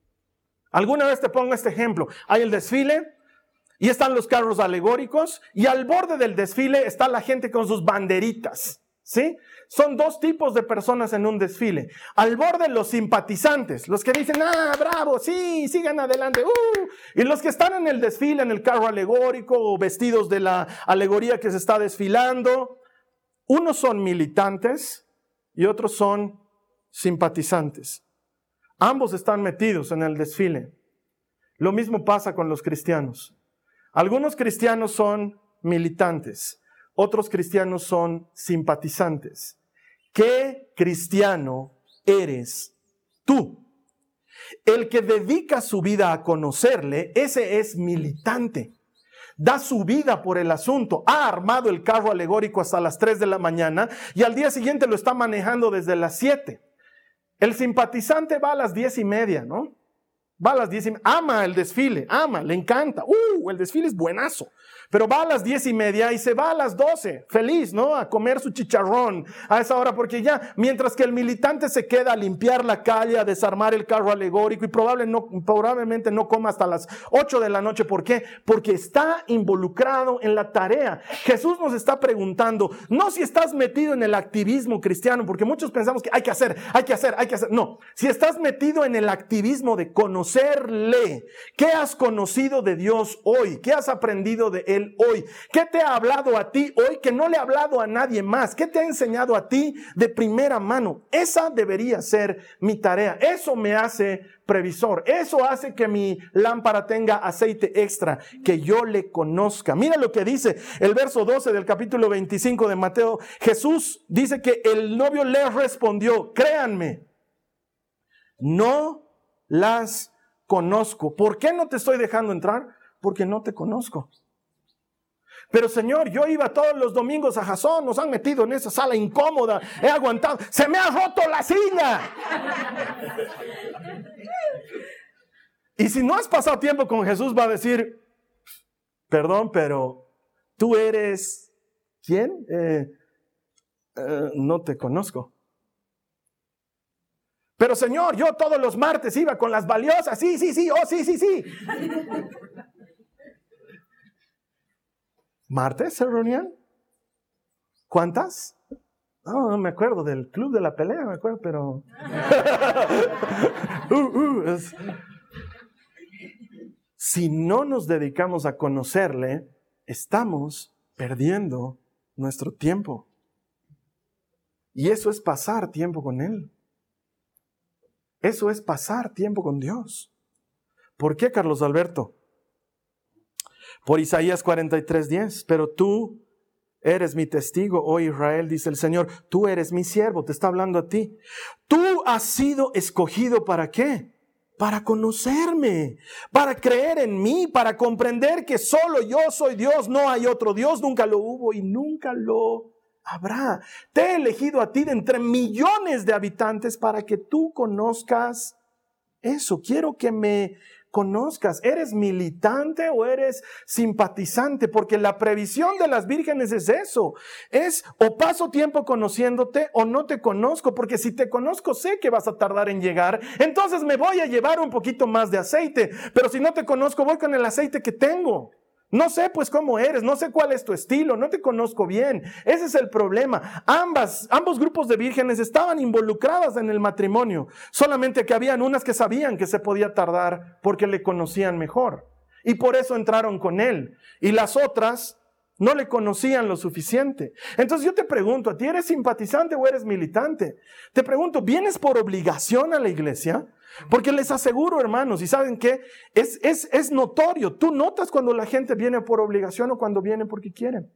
Alguna vez te pongo este ejemplo. Hay el desfile y están los carros alegóricos y al borde del desfile está la gente con sus banderitas, ¿sí? Son dos tipos de personas en un desfile. Al borde los simpatizantes, los que dicen, ah, bravo, sí, sigan adelante. Uh. Y los que están en el desfile, en el carro alegórico o vestidos de la alegoría que se está desfilando. Unos son militantes y otros son simpatizantes. Ambos están metidos en el desfile. Lo mismo pasa con los cristianos. Algunos cristianos son militantes, otros cristianos son simpatizantes. ¿Qué cristiano eres tú? El que dedica su vida a conocerle, ese es militante. Da su vida por el asunto, ha armado el carro alegórico hasta las tres de la mañana y al día siguiente lo está manejando desde las siete. El simpatizante va a las diez y media, ¿no? Va a las diez y media, ama el desfile, ama, le encanta. Uh, el desfile es buenazo. Pero va a las diez y media y se va a las doce, feliz, ¿no? A comer su chicharrón a esa hora, porque ya, mientras que el militante se queda a limpiar la calle, a desarmar el carro alegórico y probable no, probablemente no coma hasta las ocho de la noche. ¿Por qué? Porque está involucrado en la tarea. Jesús nos está preguntando, no si estás metido en el activismo cristiano, porque muchos pensamos que hay que hacer, hay que hacer, hay que hacer. No, si estás metido en el activismo de conocerle, ¿qué has conocido de Dios hoy? ¿Qué has aprendido de Él hoy? ¿Qué te ha hablado a ti hoy que no le ha hablado a nadie más? ¿Qué te ha enseñado a ti de primera mano? Esa debería ser mi tarea. Eso me hace previsor. Eso hace que mi lámpara tenga aceite extra, que yo le conozca. Mira lo que dice el verso doce del capítulo veinticinco de Mateo. Jesús dice que el novio le respondió, créanme, no las conozco. ¿Por qué no te estoy dejando entrar? Porque no te conozco. Pero Señor, yo iba todos los domingos a Jasón, nos han metido en esa sala incómoda, he aguantado, se me ha roto la silla. Y si no has pasado tiempo con Jesús, va a decir, perdón, pero tú eres, ¿quién? Eh, eh, no te conozco. Pero Señor, yo todos los martes iba con las valiosas, sí, sí, sí, oh, sí, sí, sí. ¿Martes se reunían? ¿Cuántas? No, no me acuerdo del club de la pelea, me acuerdo, pero... uh, uh, es... Si no nos dedicamos a conocerle, estamos perdiendo nuestro tiempo. Y eso es pasar tiempo con Él. Eso es pasar tiempo con Dios. ¿Por qué, Carlos Alberto? Por Isaías cuarenta y tres diez, pero tú eres mi testigo, oh Israel, dice el Señor, tú eres mi siervo, te está hablando a ti. Tú has sido escogido ¿para qué? Para conocerme, para creer en mí, para comprender que solo yo soy Dios, no hay otro Dios, nunca lo hubo y nunca lo habrá. Te he elegido a ti de entre millones de habitantes para que tú conozcas eso. Quiero que me conozcas. ¿Eres militante o eres simpatizante? Porque la previsión de las vírgenes es eso. Es o paso tiempo conociéndote o no te conozco. Porque si te conozco sé que vas a tardar en llegar. Entonces me voy a llevar un poquito más de aceite. Pero si no te conozco voy con el aceite que tengo. No sé pues cómo eres, no sé cuál es tu estilo, no te conozco bien. Ese es el problema. Ambas, ambos grupos de vírgenes estaban involucradas en el matrimonio. Solamente que habían unas que sabían que se podía tardar porque le conocían mejor. Y por eso entraron con él. Y las otras no le conocían lo suficiente. Entonces yo te pregunto, ¿a ti eres simpatizante o eres militante? Te pregunto, ¿vienes por obligación a la iglesia? Porque les aseguro, hermanos, y ¿saben qué? Es, es, es notorio. Tú notas cuando la gente viene por obligación o cuando viene porque quieren.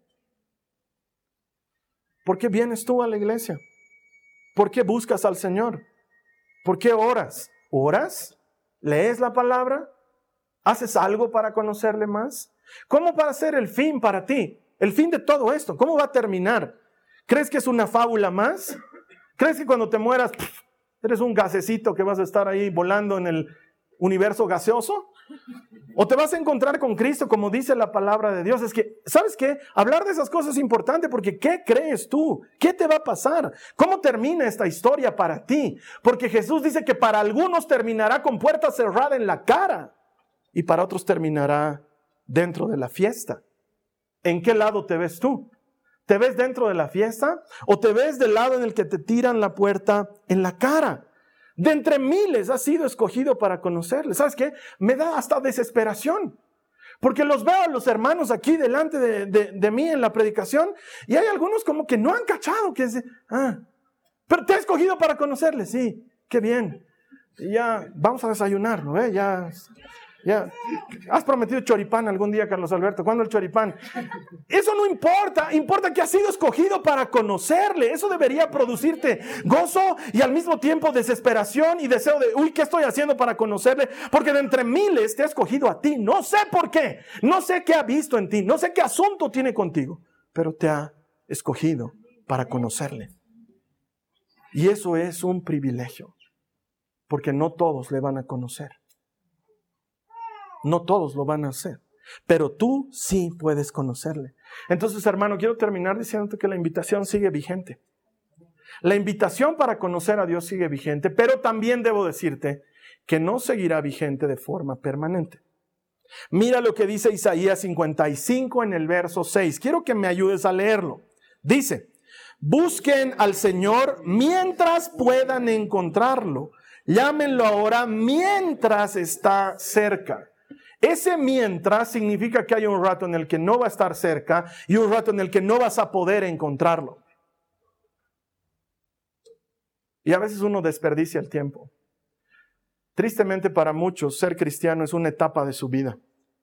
¿Por qué vienes tú a la iglesia? ¿Por qué buscas al Señor? ¿Por qué oras? ¿Oras? ¿Lees la palabra? ¿Haces algo para conocerle más? ¿Cómo va a ser el fin para ti? El fin de todo esto, ¿cómo va a terminar? ¿Crees que es una fábula más? ¿Crees que cuando te mueras... eres un gasecito que vas a estar ahí volando en el, universo gaseoso? ¿O te vas a encontrar con Cristo como dice la palabra de Dios? Es que, ¿sabes qué? Hablar de esas cosas es importante porque ¿qué crees tú? ¿Qué te va a pasar? ¿Cómo termina esta historia para ti? Porque Jesús dice que para algunos terminará con puerta cerrada en la cara y para otros terminará dentro de la fiesta. ¿En qué lado te ves tú? ¿Te ves dentro de la fiesta o te ves del lado en el que te tiran la puerta en la cara? De entre miles has sido escogido para conocerle. ¿Sabes qué? Me da hasta desesperación. Porque los veo a los hermanos aquí delante de, de, de mí en la predicación y hay algunos como que no han cachado. Que dicen, ah, pero te he escogido para conocerle. Sí, qué bien. Y ya vamos a desayunar, ¿no? ¿Eh? Ya... Ya, has prometido choripán algún día, Carlos Alberto. ¿Cuándo el choripán? Eso no importa. Importa que has sido escogido para conocerle. Eso debería producirte gozo y al mismo tiempo desesperación y deseo de, uy, ¿qué estoy haciendo para conocerle? Porque de entre miles te ha escogido a ti. No sé por qué. No sé qué ha visto en ti. No sé qué asunto tiene contigo. Pero te ha escogido para conocerle. Y eso es un privilegio. Porque no todos le van a conocer. No todos lo van a hacer, pero tú sí puedes conocerle. Entonces, hermano, quiero terminar diciéndote que la invitación sigue vigente. La invitación para conocer a Dios sigue vigente, pero también debo decirte que no seguirá vigente de forma permanente. Mira lo que dice Isaías cincuenta y cinco en el verso seis. Quiero que me ayudes a leerlo. Dice, busquen al Señor mientras puedan encontrarlo. Llámenlo ahora mientras está cerca. Ese mientras significa que hay un rato en el que no va a estar cerca y un rato en el que no vas a poder encontrarlo. Y a veces uno desperdicia el tiempo. Tristemente para muchos, ser cristiano es una etapa de su vida.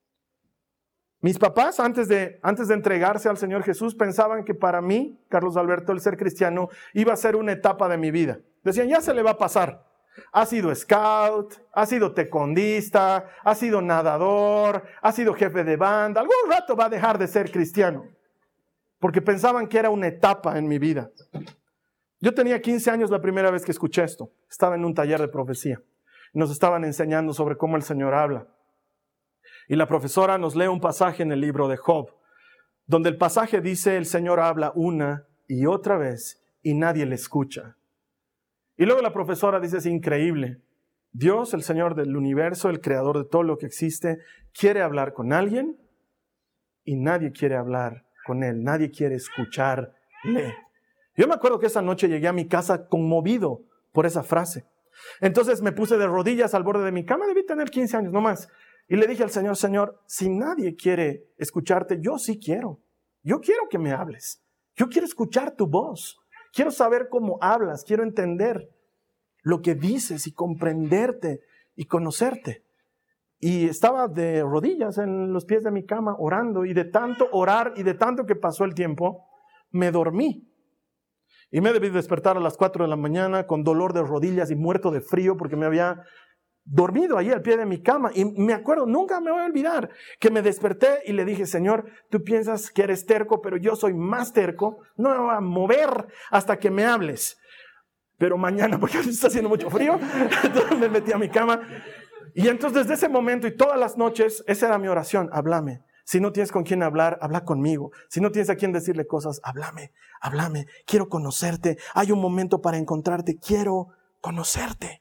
Mis papás, antes de, antes de entregarse al Señor Jesús, pensaban que para mí, Carlos Alberto, el ser cristiano iba a ser una etapa de mi vida. Decían, ya se le va a pasar. Ha sido scout, ha sido tecondista, ha sido nadador, ha sido jefe de banda. Algún rato va a dejar de ser cristiano. Porque pensaban que era una etapa en mi vida. Yo tenía quince años la primera vez que escuché esto. Estaba en un taller de profecía. Nos estaban enseñando sobre cómo el Señor habla. Y la profesora nos lee un pasaje en el libro de Job, donde el pasaje dice, el Señor habla una y otra vez y nadie le escucha. Y luego la profesora dice, es increíble. Dios, el Señor del universo, el creador de todo lo que existe, quiere hablar con alguien y nadie quiere hablar con él. Nadie quiere escucharle. Yo me acuerdo que esa noche llegué a mi casa conmovido por esa frase. Entonces me puse de rodillas al borde de mi cama. Debí tener quince años, no más. Y le dije al Señor, Señor, si nadie quiere escucharte, yo sí quiero. Yo quiero que me hables. Yo quiero escuchar tu voz. Quiero saber cómo hablas, quiero entender lo que dices y comprenderte y conocerte. Y estaba de rodillas en los pies de mi cama orando y de tanto orar y de tanto que pasó el tiempo, me dormí. Y me debí despertar a las cuatro de la mañana con dolor de rodillas y muerto de frío porque me había dormido ahí al pie de mi cama. Y me acuerdo, nunca me voy a olvidar, que me desperté y le dije, Señor, tú piensas que eres terco, pero yo soy más terco. No me voy a mover hasta que me hables. Pero mañana, porque está haciendo mucho frío, entonces me metí a mi cama. Y entonces desde ese momento y todas las noches, esa era mi oración, háblame. Si no tienes con quién hablar, habla conmigo. Si no tienes a quién decirle cosas, háblame, háblame. Quiero conocerte. Hay un momento para encontrarte. Quiero conocerte.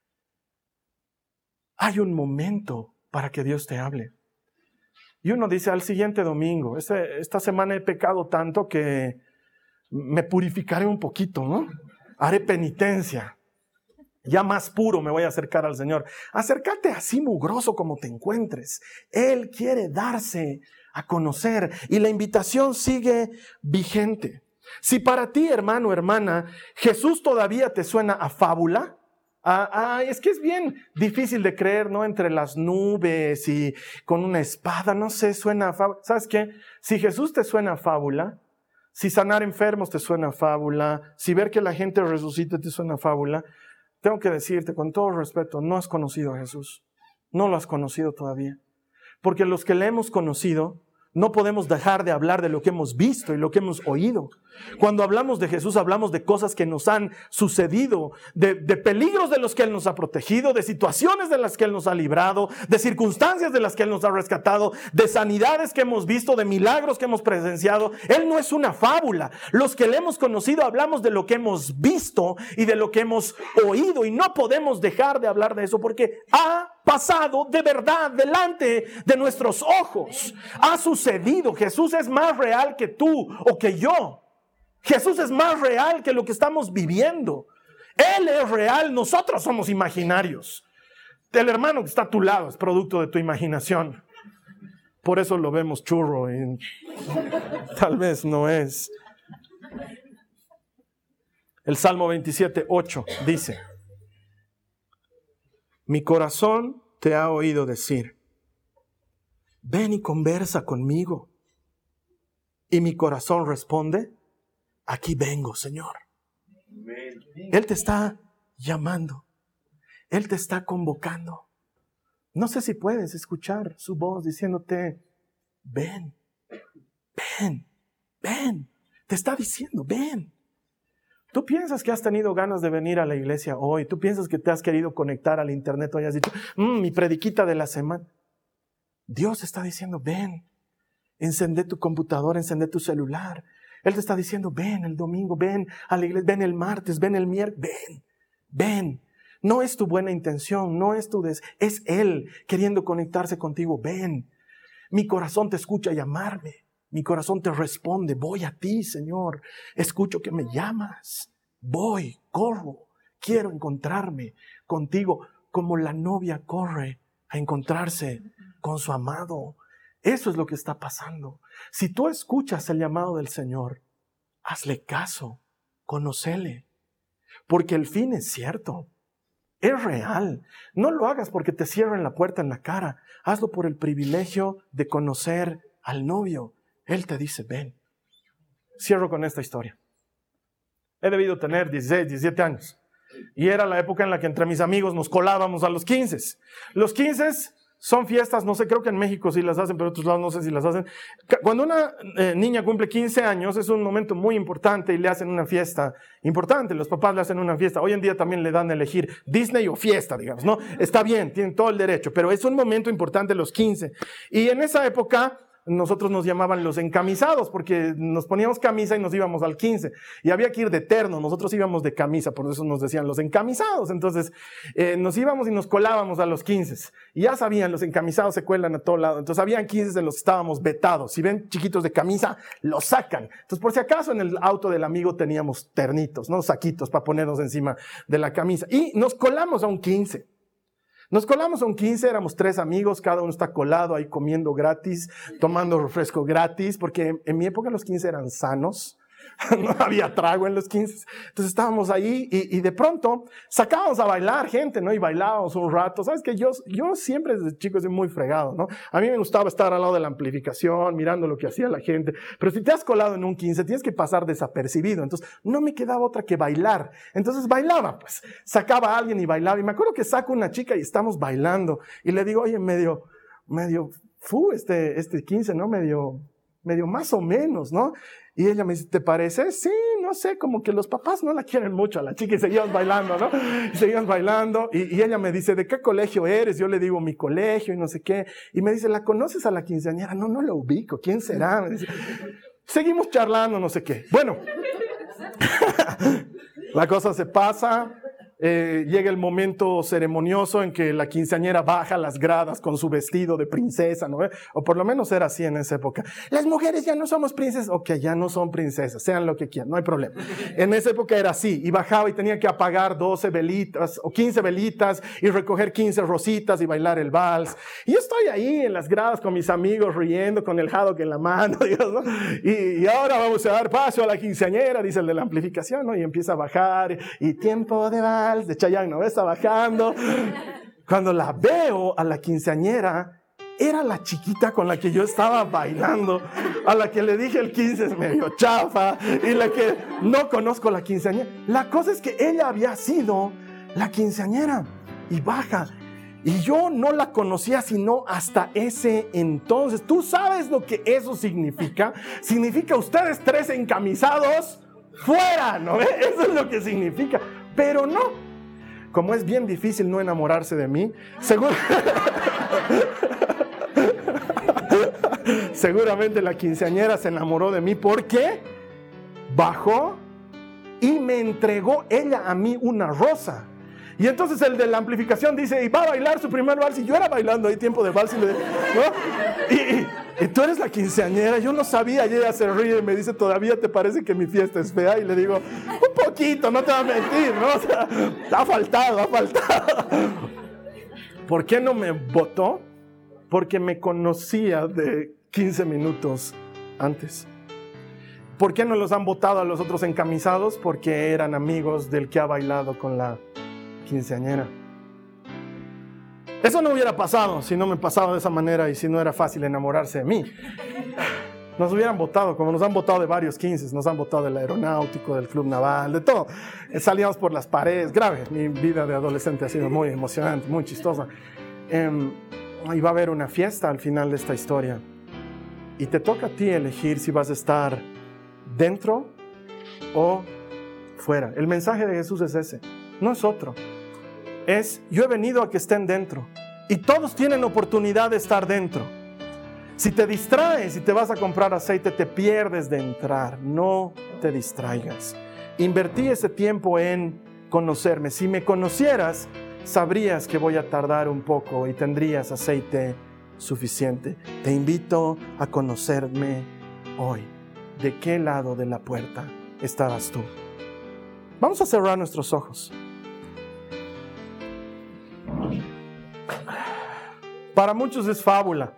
Hay un momento para que Dios te hable. Y uno dice, al siguiente domingo, este, esta semana he pecado tanto que me purificaré un poquito, ¿no? Haré penitencia. Ya más puro me voy a acercar al Señor. Acércate así mugroso como te encuentres. Él quiere darse a conocer y la invitación sigue vigente. Si para ti, hermano, hermana, Jesús todavía te suena a fábula, Ah, ah, es que es bien difícil de creer, ¿no? Entre las nubes y con una espada, no sé, suena a fábula. ¿Sabes qué? Si Jesús te suena a fábula, si sanar enfermos te suena a fábula, si ver que la gente resucite te suena a fábula, tengo que decirte con todo respeto, no has conocido a Jesús. No lo has conocido todavía. Porque los que le hemos conocido no podemos dejar de hablar de lo que hemos visto y lo que hemos oído. Cuando hablamos de Jesús, hablamos de cosas que nos han sucedido, de, de peligros de los que Él nos ha protegido, de situaciones de las que Él nos ha librado, de circunstancias de las que Él nos ha rescatado, de sanidades que hemos visto, de milagros que hemos presenciado. Él no es una fábula. Los que le hemos conocido hablamos de lo que hemos visto y de lo que hemos oído, y no podemos dejar de hablar de eso porque ha pasado de verdad delante de nuestros ojos. Ha sucedido. Jesús es más real que tú o que yo. Jesús es más real que lo que estamos viviendo. Él es real, nosotros somos imaginarios. El hermano que está a tu lado es producto de tu imaginación. Por eso lo vemos churro y tal vez no es. El Salmo veintisiete, ocho dice: mi corazón te ha oído decir, ven y conversa conmigo. Y mi corazón responde, aquí vengo, Señor. Él te está llamando. Él te está convocando. No sé si puedes escuchar su voz diciéndote, ven, ven, ven. Te está diciendo, ven. Tú piensas que has tenido ganas de venir a la iglesia hoy. Tú piensas que te has querido conectar al internet hoy. Has dicho, mmm, mi prediquita de la semana. Dios está diciendo, ven. Encendé tu computadora, encendé tu celular. Él te está diciendo, ven el domingo, ven a la iglesia, ven el martes, ven el miércoles, ven, ven. No es tu buena intención, no es tu des... es Él queriendo conectarse contigo, ven. Mi corazón te escucha llamarme. Mi corazón te responde, voy a ti, Señor. Escucho que me llamas. Voy, corro. Quiero encontrarme contigo como la novia corre a encontrarse con su amado. Eso es lo que está pasando. Si tú escuchas el llamado del Señor, hazle caso, conócele. Porque el fin es cierto. Es real. No lo hagas porque te cierren la puerta en la cara. Hazlo por el privilegio de conocer al novio. Él te dice, ven. Cierro con esta historia. He debido tener dieciséis, diecisiete años. Y era la época en la que entre mis amigos nos colábamos a los quince. Los quince son fiestas, no sé, creo que en México sí las hacen, pero en otros lados no sé si las hacen. Cuando una eh, niña cumple quince años es un momento muy importante y le hacen una fiesta importante. Los papás le hacen una fiesta. Hoy en día también le dan a elegir Disney o fiesta, digamos, ¿no? Está bien, tienen todo el derecho, pero es un momento importante los quince. Y en esa época nosotros nos llamaban los encamisados porque nos poníamos camisa y nos íbamos al quince. Y había que ir de terno, nosotros íbamos de camisa, por eso nos decían los encamisados. Entonces eh, nos íbamos y nos colábamos a los quince. Y ya sabían, los encamisados se cuelan a todo lado. Entonces habían quince en los que estábamos vetados. Si ven chiquitos de camisa, los sacan. Entonces por si acaso en el auto del amigo teníamos ternitos, ¿no? Saquitos para ponernos encima de la camisa. Y nos colamos a un quince. Nos colamos a un quince, éramos tres amigos, cada uno está colado ahí comiendo gratis, tomando refresco gratis, porque en, en mi época los quince eran sanos, no había trago en los quince. Entonces estábamos ahí y, y de pronto sacábamos a bailar gente, ¿no? Y bailábamos un rato. ¿Sabes qué? Yo, yo siempre desde chico soy muy fregado, ¿no? A mí me gustaba estar al lado de la amplificación, mirando lo que hacía la gente. Pero si te has colado en un quince, tienes que pasar desapercibido. Entonces no me quedaba otra que bailar. Entonces bailaba, pues. Sacaba a alguien y bailaba. Y me acuerdo que saco una chica y estamos bailando. Y le digo, oye, medio, medio, fu, este, este quince, ¿no? Medio, medio más o menos, ¿no? Y ella me dice, ¿te parece? Sí, no sé, como que los papás no la quieren mucho a la chica y seguimos bailando, ¿no? Y seguimos bailando y, y ella me dice, ¿de qué colegio eres? Yo le digo, mi colegio y no sé qué. Y me dice, ¿la conoces a la quinceañera? No, no la ubico, ¿quién será? Me dice, seguimos charlando, no sé qué. Bueno, la cosa se pasa. Eh, llega el momento ceremonioso en que la quinceañera baja las gradas con su vestido de princesa, ¿no? O por lo menos era así en esa época. Las mujeres ya no somos princesas. Ok, ya no son princesas, sean lo que quieran, no hay problema. En esa época era así, y bajaba y tenía que apagar doce velitas o quince velitas y recoger quince rositas y bailar el vals. Y yo estoy ahí en las gradas con mis amigos riendo con el haddock en la mano, Dios, ¿no? Y, y ahora vamos a dar paso a la quinceañera, dice el de la amplificación, ¿no? Y empieza a bajar y tiempo de vals de Chayanne, ¿no? Está bajando. Cuando la veo a la quinceañera, era la chiquita con la que yo estaba bailando, a la que le dije el quince es medio chafa, y la que no conozco la quinceañera. La cosa es que ella había sido la quinceañera, y baja, Y yo no la conocía sino hasta ese entonces. ¿Tú sabes lo que eso significa? Significa ustedes tres encamisados fuera, ¿no? Eso es lo que significa. Pero no. Como es bien difícil no enamorarse de mí, seguro... seguramente la quinceañera se enamoró de mí porque bajó y me entregó ella a mí una rosa. Y entonces el de la amplificación dice, y va a bailar su primer vals. Y yo era bailando ahí tiempo de vals. Y, le, ¿no? y, y, y tú eres la quinceañera. Yo no sabía. Y ella se ríe y me dice, ¿todavía te parece que mi fiesta es fea? Y le digo, un poquito, no te voy a mentir, ¿no? O sea, ha faltado, ha faltado. ¿Por qué no me votó? Porque me conocía de quince minutos antes. ¿Por qué no los han votado a los otros encamisados? Porque eran amigos del que ha bailado con la quinceañera. Eso no hubiera pasado si no me pasaba de esa manera y si no era fácil enamorarse de mí. Nos hubieran votado, como nos han votado de varios quince, nos han votado del aeronáutico, del club naval, de todo. Salíamos por las paredes, grave. Mi vida de adolescente ha sido muy emocionante, muy chistosa. Eh, y va a haber una fiesta al final de esta historia. Y te toca a ti elegir si vas a estar dentro o fuera. El mensaje de Jesús es ese, no es otro. Es, yo he venido a que estén dentro. Y todos tienen oportunidad de estar dentro. Si te distraes y te vas a comprar aceite, te pierdes de entrar. No te distraigas. Invertí ese tiempo en conocerme. Si me conocieras, sabrías que voy a tardar un poco y tendrías aceite suficiente. Te invito a conocerme hoy. ¿De qué lado de la puerta estabas tú? Vamos a cerrar nuestros ojos. Para muchos es fábula.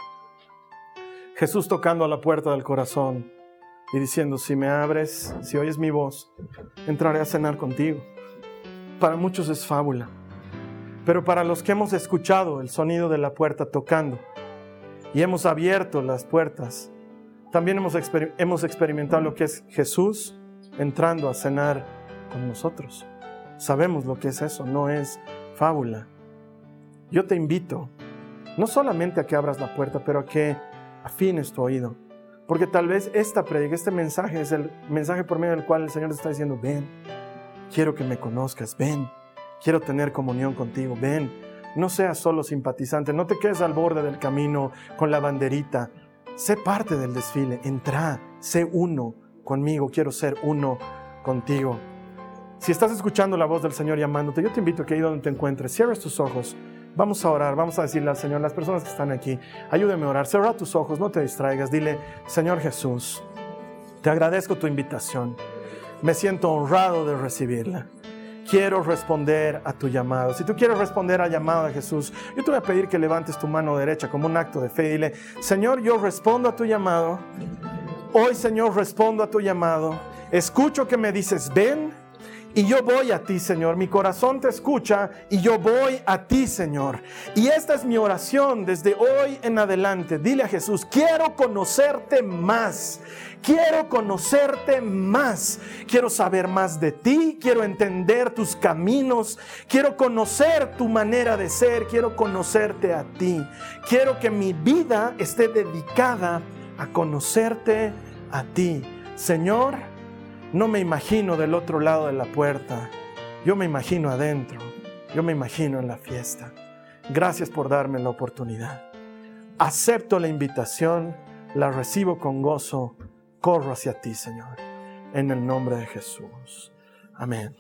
Jesús tocando a la puerta del corazón y diciendo, si me abres, si oyes mi voz, entraré a cenar contigo. Para muchos es fábula. Pero para los que hemos escuchado el sonido de la puerta tocando y hemos abierto las puertas, también hemos, exper- hemos experimentado lo que es Jesús entrando a cenar con nosotros. Sabemos lo que es eso, no es fábula. Yo te invito, no solamente a que abras la puerta, pero a que afines tu oído. Porque tal vez esta predica, este mensaje es el mensaje por medio del cual el Señor te está diciendo, ven, quiero que me conozcas, ven, quiero tener comunión contigo, ven. No seas solo simpatizante, no te quedes al borde del camino con la banderita. Sé parte del desfile, entra, sé uno conmigo, quiero ser uno contigo. Si estás escuchando la voz del Señor llamándote, yo te invito a que ahí donde te encuentres, cierres tus ojos. Vamos a orar, vamos a decirle al Señor, las personas que están aquí, ayúdame a orar, cierra tus ojos, no te distraigas, dile, Señor Jesús, te agradezco tu invitación, me siento honrado de recibirla, quiero responder a tu llamado. Si tú quieres responder al llamado de Jesús, yo te voy a pedir que levantes tu mano derecha como un acto de fe y dile, Señor, yo respondo a tu llamado, hoy Señor respondo a tu llamado, escucho que me dices, ven, y yo voy a ti, Señor. Mi corazón te escucha y yo voy a ti, Señor. Y esta es mi oración desde hoy en adelante. Dile a Jesús, quiero conocerte más. Quiero conocerte más. Quiero saber más de ti. Quiero entender tus caminos. Quiero conocer tu manera de ser. Quiero conocerte a ti. Quiero que mi vida esté dedicada a conocerte a ti. Señor, no me imagino del otro lado de la puerta. Yo me imagino adentro. Yo me imagino en la fiesta. Gracias por darme la oportunidad. Acepto la invitación, la recibo con gozo. Corro hacia ti, Señor. En el nombre de Jesús. Amén.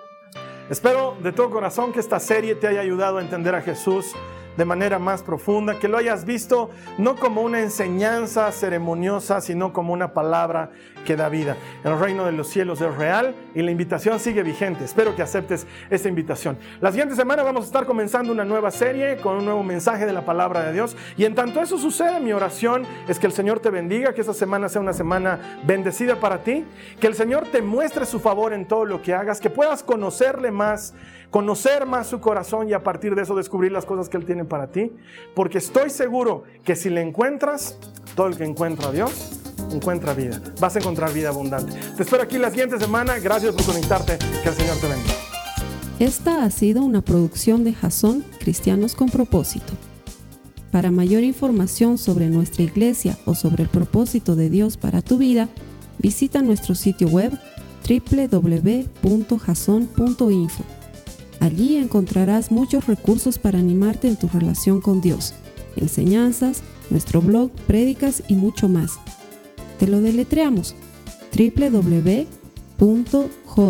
Espero de todo corazón que esta serie te haya ayudado a entender a Jesús de manera más profunda, que lo hayas visto no como una enseñanza ceremoniosa, sino como una palabra que da vida. El reino de los cielos es real y la invitación sigue vigente. Espero que aceptes esta invitación. La siguiente semana vamos a estar comenzando una nueva serie con un nuevo mensaje de la palabra de Dios, y en tanto eso sucede, mi oración es que el Señor te bendiga, que esta semana sea una semana bendecida para ti, que el Señor te muestre su favor en todo lo que hagas, que puedas conocerle más, conocer más su corazón y a partir de eso descubrir las cosas que Él tiene para ti, porque estoy seguro que si le encuentras, todo el que encuentra a Dios encuentra vida, vas a encontrar vida abundante. Te espero aquí la siguiente semana. Gracias por conectarte, que el Señor te bendiga. Esta ha sido una producción de Jasón Cristianos con Propósito. Para mayor información sobre nuestra iglesia o sobre el propósito de Dios para tu vida, visita nuestro sitio web doble u doble u doble u punto jason punto info. Allí encontrarás muchos recursos para animarte en tu relación con Dios, enseñanzas, nuestro blog, prédicas y mucho más. Te lo deletreamos: doble u doble u doble u punto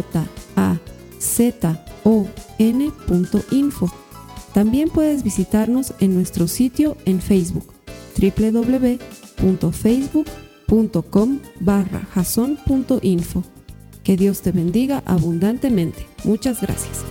jazon punto info. También puedes visitarnos en nuestro sitio en Facebook, doble u doble u doble u punto facebook punto com barra jason punto info. Que Dios te bendiga abundantemente. Muchas gracias.